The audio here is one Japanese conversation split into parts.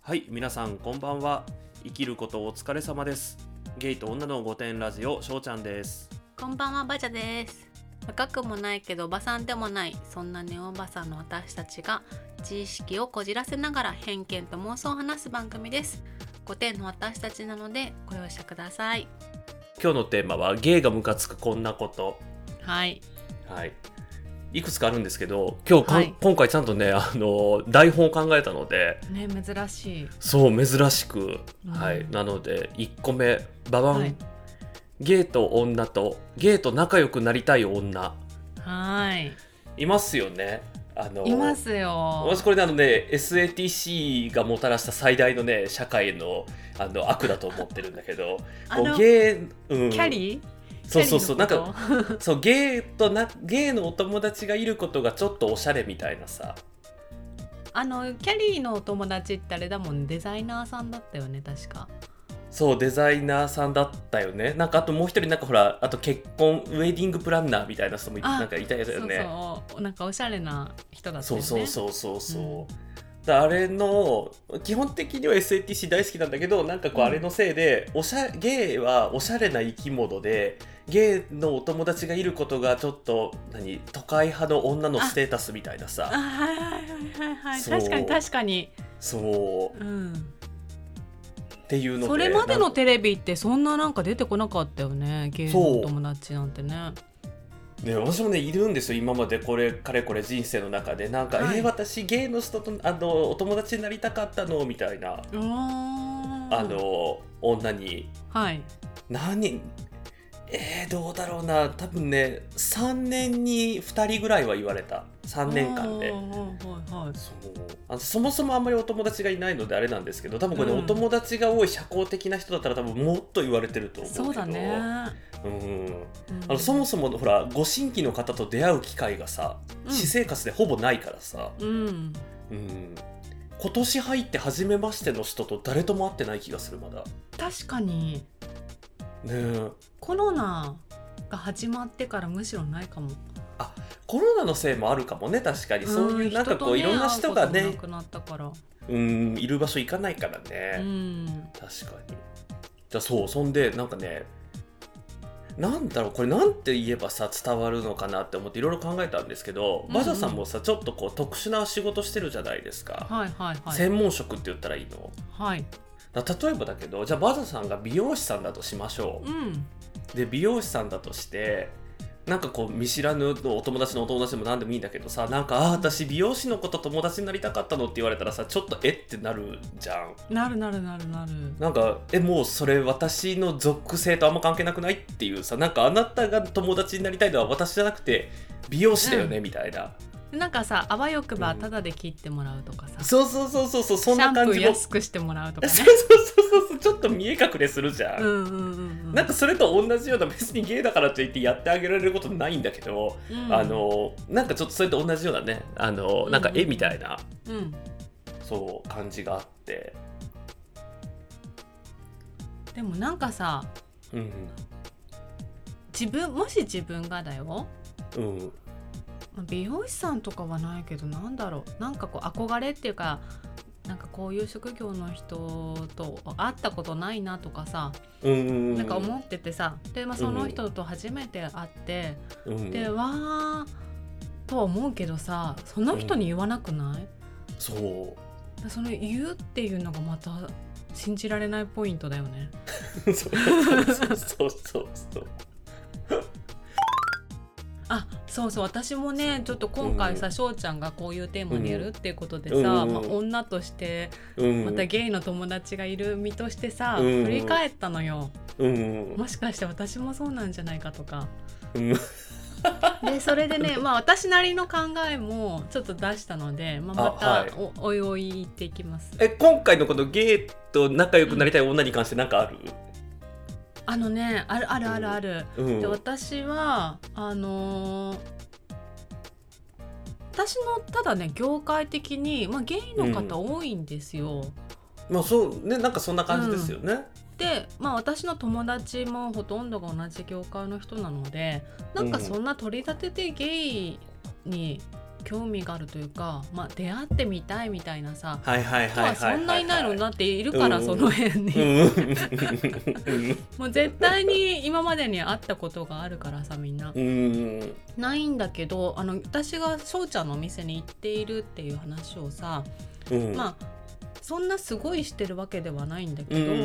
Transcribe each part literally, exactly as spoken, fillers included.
はい、皆さんこんばんは。生きることお疲れ様です。ゲイと女の御殿ラジオ、しょうちゃんです。 こんばんは、バジャです。若くもないけどおばさんでもない、そんなネオおばさんの私たちが知識をこじらせながら偏見と妄想を話す番組です。ごてんの私たちなのでご容赦ください。 今日のテーマはゲイがムカつくこんなこと。 はいはい。いくつかあるんですけど、今日かん、 はい、 今回ちゃんとね、あの台本を考えたので、 ね、珍しい。 そう珍しく、 うん、 はい。なのでいっこめ、ババン、 はい、 ゲイと女とゲイと仲良くなりたい女。 はい、 いますよね。あのいますよ。 私これね、あのね エスエーティーシー がもたらした最大のね社会のあの悪だと思ってるんだけどあのこうゲイ、うん、 キャリーそうそうそう、なんキャリーのかそうゲイとなゲイのお友達がいることがちょっとおしゃれみたいなさ。 あのキャリーのお友達ってあれだもん、デザイナーさんだったよね、確か。 そうデザイナーさんだったよね。なんかあともう一人なんかほらあと結婚ウェディングプランナーみたいな人もなんかいたよね。 そうそう、なんかおしゃれな人だったよね。 そうそうそうそうそう、 うん、 だあれの基本的には エスエーティーシー 大好きなんだけど、なんかこうあれのせいで、うん、おしゃゲイはおしゃれな生き物でゲイのお友達がいることがちょっと何都会派の女のステータスみたいなさ。 あ、はいはいはいはい、確かに確かに。 そう、 うん、 っていうのでそれまでのテレビってそんななんか出てこなかったよね、ゲイのお友達なんてね。 ね、私もねいるんですよ、今までこれかれこれ人生の中でなんか、はい、えー、私ゲイの人とあのお友達になりたかったのみたいなあの女に、 はい、 何えー、どうだろうな、多分ねさんねんにふたりぐらいは言われた。さんねんかんで、はいはい、そうあのそもそもあんまりお友達がいないのであれなんですけど、多分これ、ね、うん、お友達が多い社交的な人だったら多分もっと言われてると思うけど。 そうだね、 うん、あのそもそもほらご新規の方と出会う機会がさ、うん、私生活でほぼないからさ、うんうん、今年入って初めましての人と誰とも会ってない気がする。まだ確かにね、 コロナが始まってからむしろないかも。 あ、コロナのせいもあるかもね。確かにそういうなんかこう、ね、いろんな人がねなくなったからうんいる場所行かないからね、うん、確かに。じゃあそうそんでなんかね、なんだろうこれなんて言えばさ伝わるのかなって思っていろいろ考えたんですけど、うんうん、バジャさんもさちょっとこう特殊な仕事してるじゃないですか、はいはいはい、専門職って言ったらいいの、はい、だ例えばだけど、じゃあバジャさんが美容師さんだとしましょう、うん、で美容師さんだとしてなんかこう見知らぬのお友達のお友達でも何でもいいんだけどさ、なんかあ私美容師の子と友達になりたかったのって言われたらさ、ちょっとえってなるじゃん。 なるなるなるなる。 なんかえもうそれ私の属性とあんま関係なくないっていうさ、なんかあなたが友達になりたいのは私じゃなくて美容師だよね、うん、みたいな。 なんかさ、あわよくばタダで切ってもらうとかさ、 うん、そうそうそうそうそう、そんな感じ。 シャンプー安くしてもらうとかね。 そうそうそうそう、ちょっと見え隠れするじゃん。うんうんうんうん、なんかそれと同じような、別にゲイだからといってやってあげられることないんだけど、うん、あのなんかちょっとそれと同じようなね、あのなんか絵みたいな、うんうん、そう感じがあって。 でもなんかさ、うん、自分もし自分がだよ、うん、美容師さんとかはないけど、なんだろう、なんかこう憧れっていうか、なんかこういう職業の人と会ったことないなとかさ、うんうんうん、なんか思っててさ、で、まあ、その人と初めて会って、うん、でわーとは思うけどさ、その人に言わなくない？うん、そうその言うっていうのがまた信じられないポイントだよね。 そうそうそうそうそうあ、そうそう、私もねちょっと今回さ、翔、うん、ちゃんがこういうテーマにやるっていうことでさ、うんまあ、女としてまたゲイの友達がいる身としてさ、うん、振り返ったのよ、うん、もしかして私もそうなんじゃないかとか、うん、でそれでね、まあ、私なりの考えもちょっと出したので、まあ、また お,、はい、お, おいおい言っていきます。 え今回のこのゲイと仲良くなりたい女に関して何かある？うんあのね、あるあるあるある、うん、で私はあのー、私のただね業界的に、まあ、ゲイの方多いんですよ、 うん、まあそうね、なんかそんな感じですよね、うん、 で、まあ、私の友達もほとんどが同じ業界の人なので、なんかそんな取り立ててゲイに興味があるというか、まあ、出会ってみたいみたいなさ、 はいはいはいはい、 人はそんないないのになっているから、 うん、 その辺に、 うん、 もう絶対に今までに会ったことがあるからさ、みんな、 うん、 ないんだけど、あの私が翔ちゃんのお店に行っているっていう話をさ、うん、まあそんなすごいしてるわけではないんだけど、うん、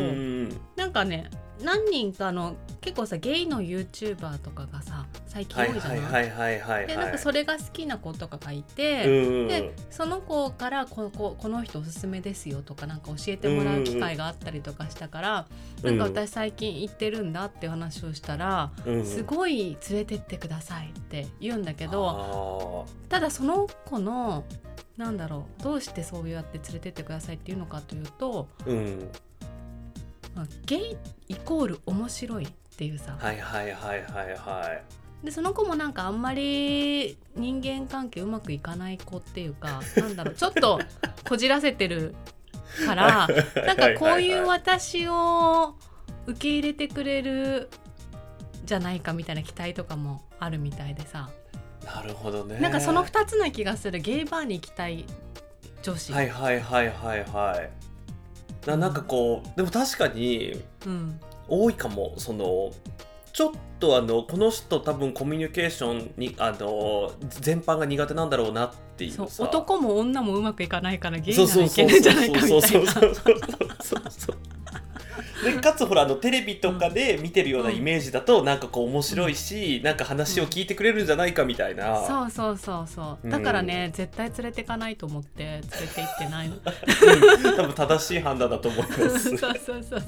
なんかね、何人かの結構さゲイの YouTuber とかがさ最近多いじゃない。でなんかそれが好きな子とかがいて、うん、でその子からこここの人おすすめですよとかなんか教えてもらう機会があったりとかしたから、うん、なんか私最近行ってるんだっていう話をしたら、うん、すごい連れてってくださいって言うんだけど、ただその子のなんだろう、どうしてそうやって連れてってくださいっていうのかというと、うんまあ、ゲイイコール面白いっていうさ、 はいはいはいはいはい。 でその子もなんかあんまり人間関係うまくいかない子っていうかなんだろうちょっとこじらせてるからなんかこういう私を受け入れてくれるじゃないかみたいな期待とかもあるみたいでさ。 なるほどね。 なんかそのふたつな気がする。ゲイバーに行きたい女子。 はいはいはいはいはい。な, なんかこうでも確かに多いかも、そのちょっとあのこの人多分コミュニケーションにあの全般が苦手なんだろうなっていうさ。 そう、男も女もうまくいかないからゲイならいけないんじゃないかみたいな。そうそうそうそうでかつほらあのテレビとかで見てるようなイメージだと、うん、なんかこう面白いし、うん、なんか話を聞いてくれるんじゃないかみたいな、 うん、そうそうそうそうだからね、うん、絶対連れてかないと思って連れて行ってないの、 うん、多分正しい判断だと思いますそうそうそうそう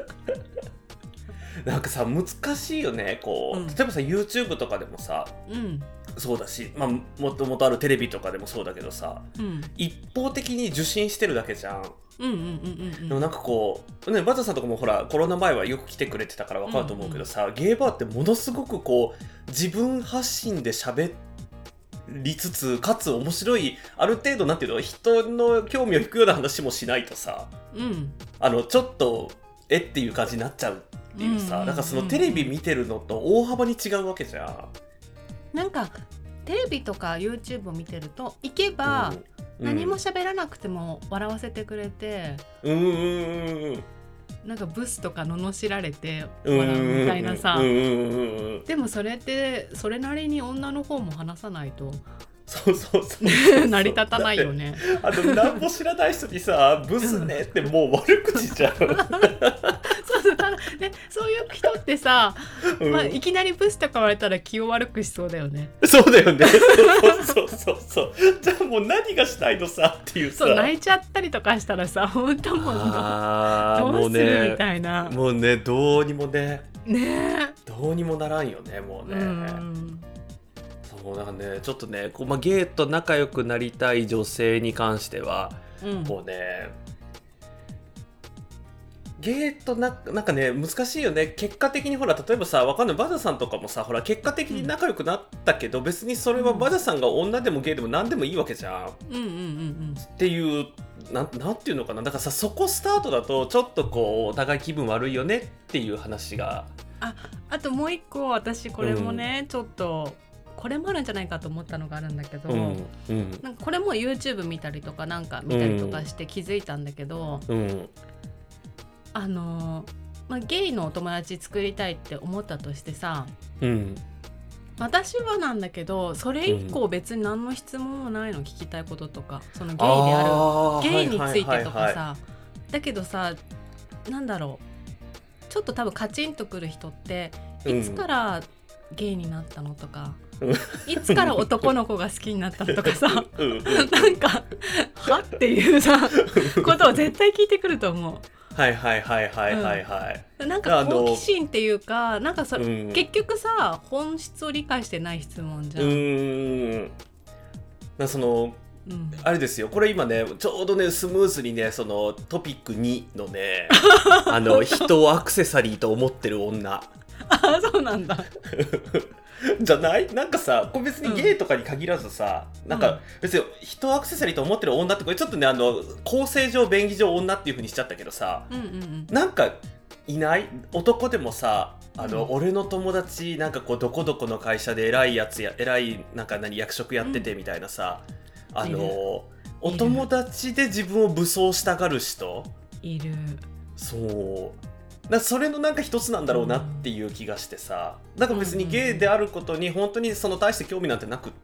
なんかさ難しいよねこう、うん、例えばさ YouTube とかでもさ、うん、そうだし、まあ、もともとあるテレビとかでもそうだけどさ、うん、一方的に受信してるだけじゃん。うんうんうんうん、でもなんかこうねバタさんとかもほらコロナ前はよく来てくれてたから分かると思うけどさ、うんうん、ゲイバーってものすごくこう自分発信で喋りつつかつ面白いある程度なんていうの人の興味を引くような話もしないとさ、うん、あのちょっとえっていう感じになっちゃうっていうさ、うんうんうんうん、だからそのテレビ見てるのと大幅に違うわけじゃん。 なんかテレビとか YouTube を見てると行けば、うん何も喋らなくても笑わせてくれて、うんうんうん、なんかブスとか罵られて笑うみたいなさ、うんうんうん、でもそれってそれなりに女の方も話さないとそうそうそう成り立たないよね。 あと何も知らない人にさブスねってもう悪口じゃんそうそうただ、ね、そういう人ってさ、まあ、いきなりブスとか言われたら気を悪くしそうだよね。 そうだよねそうそうそうそうじゃあもう何がしたいのさっていうさ、 そう泣いちゃったりとかしたらさ本当もうどうするみたいな、 もうねどうにもねねどうにもならんよねもうね。うんそうだからねちょっとねこう、まあ、ゲイと仲良くなりたい女性に関しては、うん、もうねゲイとななんかね難しいよね。結果的にほら例えばさわかんないバジャさんとかもさほら結果的に仲良くなったけど、うん、別にそれはバジャさんが女でもゲイでも何でもいいわけじゃん、うんうんうんうん、っていうな ん, なんていうのかなだからさそこスタートだとちょっとこうお互い気分悪いよねっていう話があ, あともう一個私これもね、うん、ちょっとこれもあるんじゃないかと思ったのがあるんだけど、うんうん、なんかこれも YouTube 見たりとかなんか見たりとかして気づいたんだけど、うん、あの、まあ、ゲイのお友達作りたいって思ったとしてさ、うん、私はなんだけどそれ以降別に何の質問もないの、聞きたいこととかそのゲイであるゲイについてとかさ、はいはいはいはい、だけどさなんだろうちょっと多分カチンとくる人っていつからゲイになったのとか、うん、いつから男の子が好きになったのとかさなんかはっていうさことを絶対聞いてくると思う。 はいはいはいはいはいはい、 うん、なんか好奇心っていうかなんかそ、うん、結局さ本質を理解してない質問じゃん。うーんなその、うん、あれですよこれ今ねちょうどねスムーズにねそのトピックにのねあの人をアクセサリーと思ってる女あそうなんだじゃないなんかさこれ別にゲイとかに限らずさ、うん、なんか別に人をアクセサリーと思ってる女ってこれちょっとねあの構成上便宜上女っていう風にしちゃったけどさ、うんうんうん、なんかいない男でもさあの、うん、俺の友達なんかこうどこどこの会社で偉いやつや偉いなんか何役職やっててみたいなさ、うん、あのお友達で自分を武装したがる人いる。 そうだ、それのなんか一つなんだろうなっていう気がしてさ、だから別にゲイであることに本当にその大して興味なんてなくって、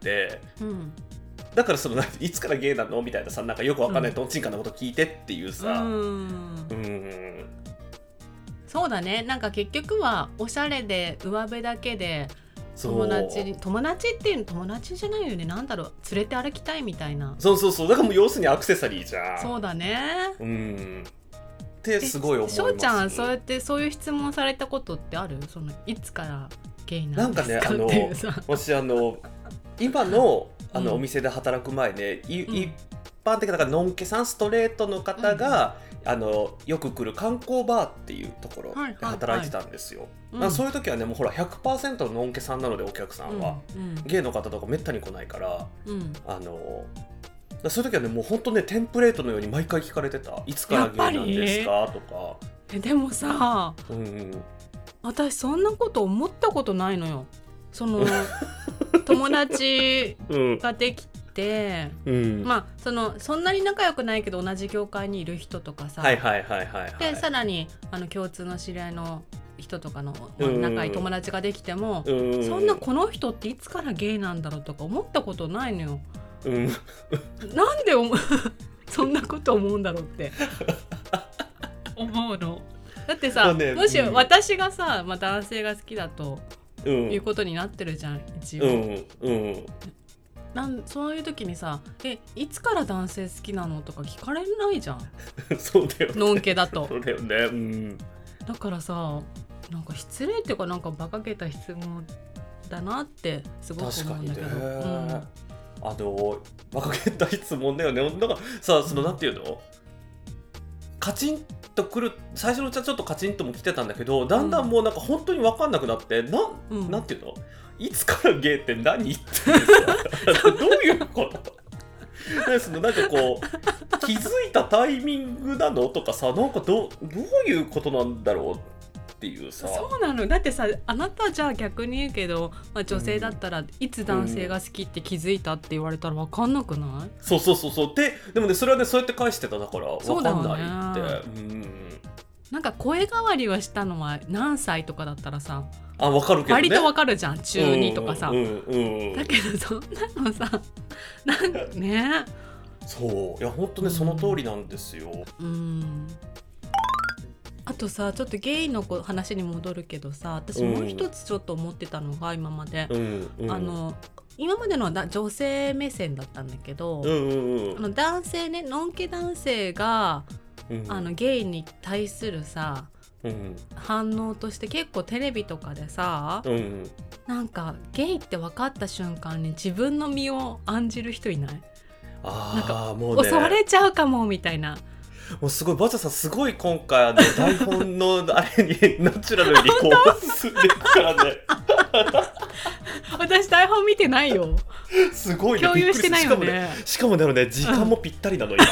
うん、だからそのいつからゲイなのみたいなさ、なんかよくわかんないとんちんかなこと聞いてっていうさ、うん、うんそうだね。なんか結局はおしゃれで上辺だけで友達に友達っていうの友達じゃないよね。なんだろう、連れて歩きたいみたいな。 そうそうそう、だからもう要するにアクセサリーじゃん。 そうだね。 うんってすごい思います。 しょうちゃん、そうやってそういう質問されたことってある？そのいつからゲイなんですかっていうさ。 なんかね、あの私あの今のあの、うん、お店で働く前ね、いうん、一般的なのんけさんストレートの方が、うん、あのよく来る観光バーっていうところで働いてたんですよ、はいはいはい、そういう時はねもうほら ひゃくパーセント ののんけさんなのでお客さんは、うんうん、ゲイの方とかめったに来ないから、うん、あのそういう時はねもう本当ねテンプレートのように毎回聞かれてた。いつからゲイなんですかとか。 えでもさ、うんうん、私そんなこと思ったことないのよ。その友達ができて、うん、まあそのそんなに仲良くないけど同じ業界にいる人とかさ、 はいはいはいはい、はい、 でさらにあの共通の知り合いの人とかの、まあ、仲いい友達ができても、うん、そんなこの人っていつからゲイなんだろうとか思ったことないのよ。うん、なんでそんなこと思うんだろうって思うの。だってさ、ね、もし私がさ、まあ、男性が好きだと、うん、いうことになってるじゃん一応、うんうん、なんそういう時にさえいつから男性好きなのとか聞かれないじゃんそうだよね、 のんけだと。 そうだよね、うん、 だからさなんか失礼っていうかなんか馬鹿げた質問だなってすごく思うんだけど、うんあの馬鹿げた質問だよね。なんかさそのなんていうの、カチンとくる最初のうちはちょっとカチンとも来てたんだけど、だんだんもうなんか本当に分かんなくなって、な、うん、なんていうの、いつからゲイって何ってどういうことでそのなんかこう気づいたタイミングなのとかさ、なんかど う, どういうことなんだろうっていうさ。 そうなの。だってさあなたじゃあ逆に言うけど、まあ、女性だったらいつ男性が好きって気づいたって言われたら分かんなくない？うん、 そうそうそうそうででもねそれはねそうやって返してた。だから分かんないって、うん、 なんか声変わりはしたのは何歳とかだったらさあ分かるけどね、 割と分かるじゃん中にとかさ、 うんうんうんうん、 だけどそんなのさなんかねそういや本当ね、うん、その通りなんですよ。うんあとさちょっとゲイの話に戻るけどさ、私もう一つちょっと思ってたのが今まで、うんうん、あの今までのは女性目線だったんだけど、うんうんうん、あの男性ねのんけ男性が、うん、あのゲイに対するさ、うん、反応として結構テレビとかでさ、うん、なんかゲイって分かった瞬間に自分の身を案じる人いない？ あなんかもう、ね、 襲われちゃうかもみたいな。 もうすごいバチャさんすごい今回あの台本のあれにナチュラルにこう進んでいくからね私台本見てないよ。 すごいね、 共有してないよね。 しかもね、しかもね時間もぴったりなの今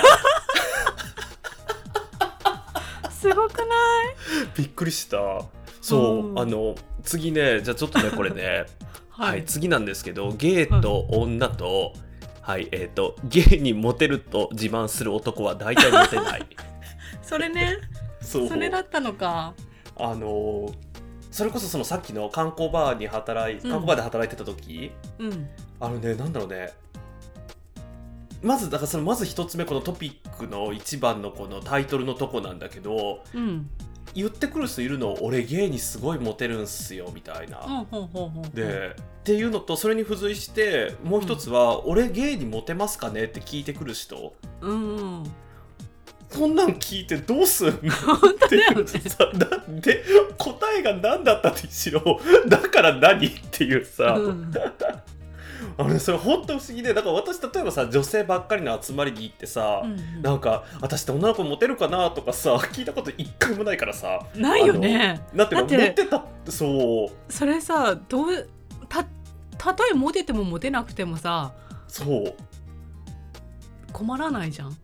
すごくない？ びっくりした。そう、うん、あの次ねじゃあちょっとねこれねはい、はい、次なんですけど、ゲイと女と、うんはいえー、とゲイにモテると自慢する男は大体モテないそれねそうそれだったのか。 あのー、それこそそのさっきの観光バーに働い、うん、観光バーで働いてた時、うん、あのねなんだろうねまずだからそのまず一つ目このトピックの一番のこのタイトルのとこなんだけど、うん、言ってくる人いるの俺ゲイにすごいモテるんすよみたいな、うんほうほうほうでっていうのとそれに付随してもう一つは、うん、俺ゲイにモテますかねって聞いてくる人、うんうん、そんなん聞いてどうすんのっていうさ、なんで答えが何だったってしろだから何っていうさ、うんあのね、それ本当不思議で、だから私例えばさ女性ばっかりの集まりに行ってさ、うんうん、なんか私って女の子モテるかなとかさ聞いたこと一回もないからさ。 ないよね。 だってモテたってそうそれさどうたたとえモテてもモテなくてもさそう困らないじゃん。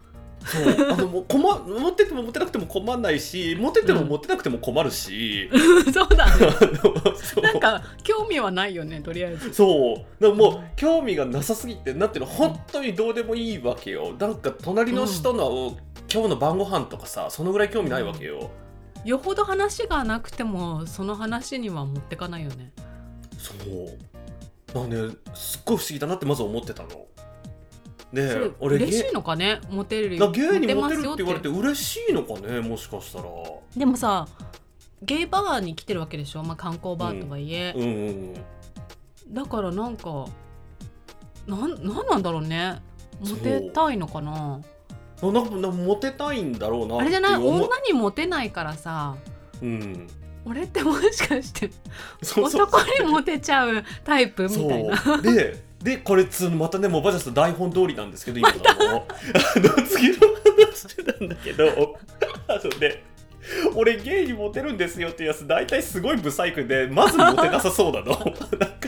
そうあのもう困持ってても持ってなくても困んないし、持ってても持ってなくても困るし、 うん、そうだねそうなんか興味はないよねとりあえず。 そうだからもう興味がなさすぎて、なんていうの本当にどうでもいいわけよ。なんか隣の人の、うん、今日の晩ご飯とかさ、そのぐらい興味ないわけよ、 うん、よほど話がなくてもその話には持ってかないよね。 そうなんで、すっごい不思議だなってまず思ってたので、 俺嬉しいのかね、モテるゲイにモテるって言われて嬉しいのかね、もしかしたら。 でもさ、ゲイバーに来てるわけでしょ、まあ、観光バーとはいえ、 うんうんうん、 だからなんかなん、なんなんだろうね、モテたいのかな。 なんかモテたいんだろうなって。 あれじゃない、女にモテないからさ、 うん、 俺ってもしかして男にモテちゃうタイプみたいな。 そうででこれつまたね、もうバジャス台本通りなんですけど、今のも、ま、あの次の話なんだけどあのね、俺ゲイにモテるんですよってやつ大体すごいブサイクで、まずモテなさそうなのだから、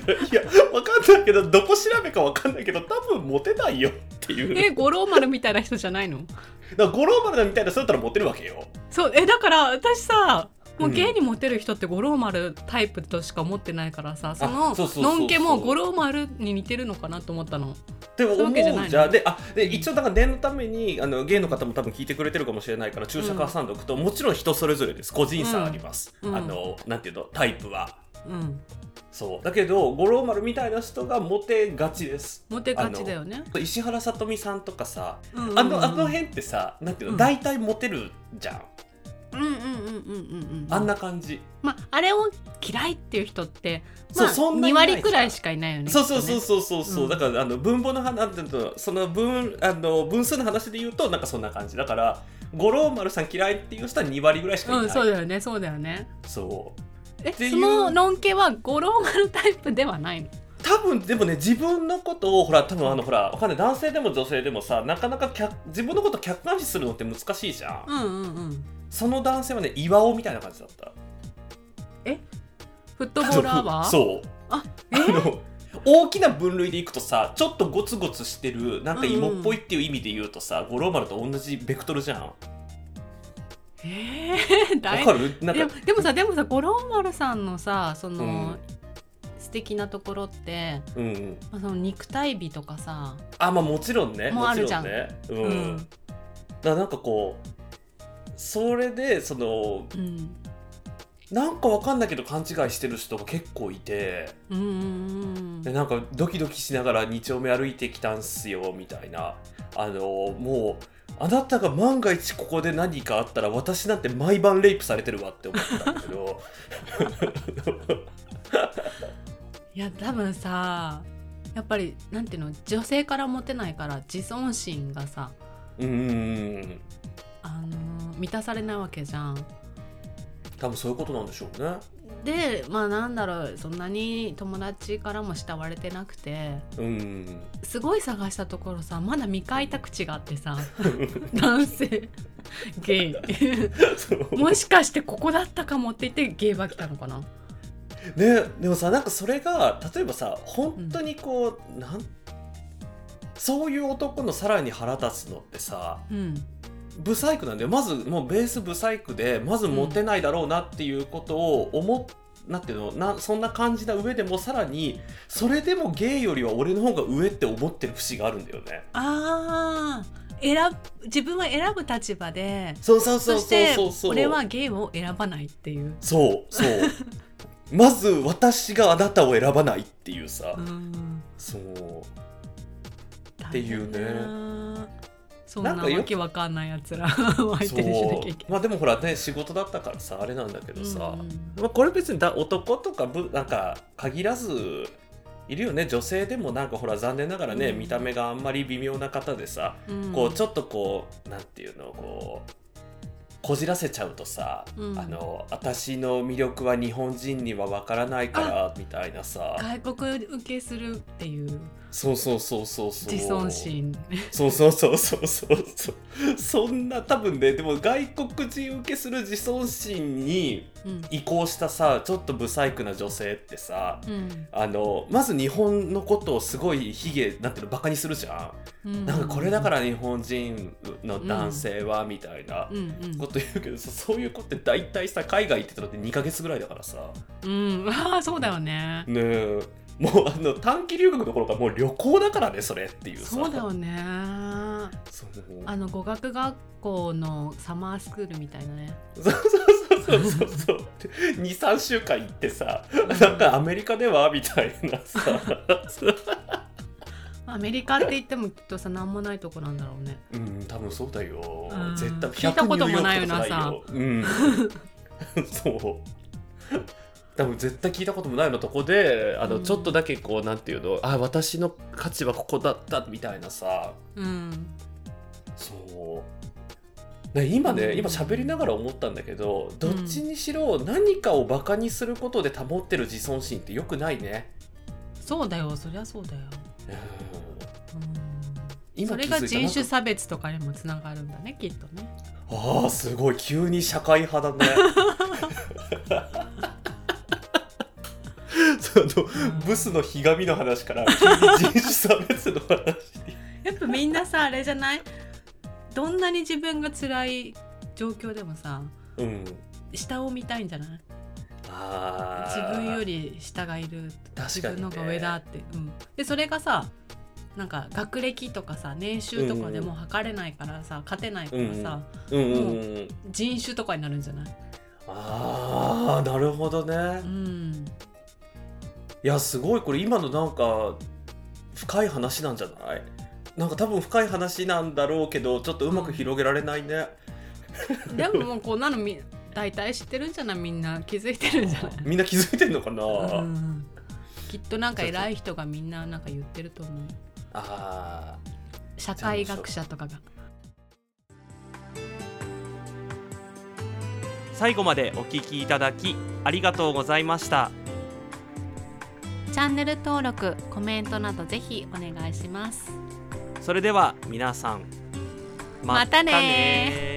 いや分かんないけど、どこ調べか分かんないけど多分モテないよっていう。 え、五郎丸みたいな人じゃないの？ だから五郎丸みたいな人だったらモテるわけよ。 そう、え、だから私さ、もうゲイにモテる人って五郎丸タイプとしか思ってないからさ、そののんけも五郎丸に似てるのかなと思ったの。 でも思うじゃん。で、あ、で一応だから念のために、あのゲイの方も多分聞いてくれてるかもしれないから注釈挟んでおくと、うん、もちろん人それぞれです。個人差あります、うん、あのなんていうの、タイプは、うん、そうだけど五郎丸みたいな人がモテがちです。 モテがちだよね。 石原さとみさんとかさ、うんうんうん、あのあの辺ってさ、なんていうの、大体モテるじゃん。 うんうんうんうんうんうん、 あんな感じ。 まあ、あれを嫌いっていう人って、まあ、そう、そんなにに割くらいしかいないよね。 そうそうそうそうそうそう、うん、だからあの分母の話、その 分, あの分数の話で言うとなんかそんな感じだから、五郎丸さん嫌いっていう人はに割ぐらいしかいない。うん、 そうだよね、そうだよね。 そうえ、そののんけは五郎丸タイプではないの？ 多分でもね、自分のことをほら、多分あのほら、わかんない、男性でも女性でもさ、なかなか自分のことを客観視するのって難しいじゃん。 うんうんうん。 その男性はね、岩尾みたいな感じだった。 え、フットボーラーは？ そう。あ、えー、あの大きな分類でいくとさ、ちょっとゴツゴツしてる、なんか芋っぽいっていう意味で言うとさ、うんうん、五郎丸と同じベクトルじゃん。 えー、 わかる？なんかでも、でもさ、でもさ、五郎丸さんのさ、その、うん、素敵なところって、うんうん、まあ、その肉体美とかさ、 あ、まあもちろんね、 もあるじゃん。 もちろんね、うん、だからなんかこう、それでその、うん、なんかわかんないけど勘違いしてる人が結構いて、うんうんうん、でなんかドキドキしながらに丁目歩いてきたんすよみたいな、あのもうあなたが万が一ここで何かあったら私なんて毎晩レイプされてるわって思ったんだけどいや多分さ、やっぱりなんていうの、女性からモテないから自尊心がさ、うんうん、あの満たされないわけじゃん。 多分そういうことなんでしょうね。 で、まあなんだろう、そんなに友達からも慕われてなくて、うん、すごい探したところさ、まだ未開拓地があってさ男性ゲイもしかしてここだったかもって言ってゲイバー来たのかな。 ね、でもさ、なんかそれが例えばさ、本当にこう、うん、なんそういう男のさらに腹立つのってさ、うん、ブサイクなんだよ。まずもうベースブサイクで、まずモテないだろうなっていうことを思っ、なんていうのな、そんな感じな上でもさらにそれでもゲイよりは俺の方が上って思ってる節があるんだよね。 あー、選ぶ、自分は選ぶ立場で、 そうそうそうそうそうそう、 俺はゲイを選ばないっていう、 そうそうまず私があなたを選ばないっていうさ、うん、そうっていうね。 そんなわけわかんないやつら相手にしなきゃいけない。 まあでもほらね、仕事だったからさあれなんだけどさ、うん、まあ、これ別にだ男とかぶなんか限らずいるよね。女性でもなんかほら残念ながらね、うん、見た目があんまり微妙な方でさ、うん、こうちょっとこうなんていうの、こうこじらせちゃうとさ、うん、あの私の魅力は日本人にはわからないからみたいなさ、 外国受けするっていう。 そうそうそうそうそう自尊心そうそうそうそうそうそうそんな多分ね、でも外国人受けする自尊心に移行したさ、ちょっとブサイクな女性ってさ、うん、あのまず日本のことをすごい卑下なんていうのバカにするじゃん、うん、なんかこれだから日本人の男性はみたいなこと言うけどさ、そういう子って大体さ海外行ってたのってにかげつぐらいだからさ、 うん、ああそうだよね。 ねえ、もうあの短期留学どころかもう旅行だからねそれっていうさ。 そうだよね。そうあの語学学校のサマースクールみたいなね。 そうそうそうそうそうにさんしゅうかん行ってさ、うん、なんかアメリカではみたいなさアメリカって言ってもきっとさ何もないとこなんだろうね。 うん多分そうだよ、 うん、 絶対聞いたこともないよなさ。 うんそう多分絶対聞いたこともないのとこであの、うん、ちょっとだけこうなんていうの、あ私の価値はここだったみたいなさ、うん、そうね今ね、うん、今喋りながら思ったんだけど、どっちにしろ何かをバカにすることで保ってる自尊心って良くないね。 そうだよ、そりゃそうだよ、 うん、 今それが人種差別とかにもつながるんだねきっとね。 あーすごい急に社会派だねそのブスのひがみの話から急に人種差別の話やっぱみんなさあれじゃない、どんなに自分が辛い状況でもさ、うん、下を見たいんじゃない。あ自分より下がいる、自分のが上だって、うん、でそれがさなんか学歴とかさ年収とかでも測れないからさ、うん、勝てないからさ、うんうんうん、もう人種とかになるんじゃない。 あーなるほどね、うん、いやすごいこれ今のなんか深い話なんじゃない。なんか多分深い話なんだろうけどちょっとうまく広げられないね、 うん、でももうこんなのみ大体知ってるんじゃない、みんな気づいてるんじゃないみんな気づいてるのかな、 うん、きっとなんか偉い人がみんななんか言ってると思う。 あ社会学者とかが。 最後までお聞きいただきありがとうございました。 チャンネル登録、コメントなどぜひお願いします。 それでは皆さんまたねー。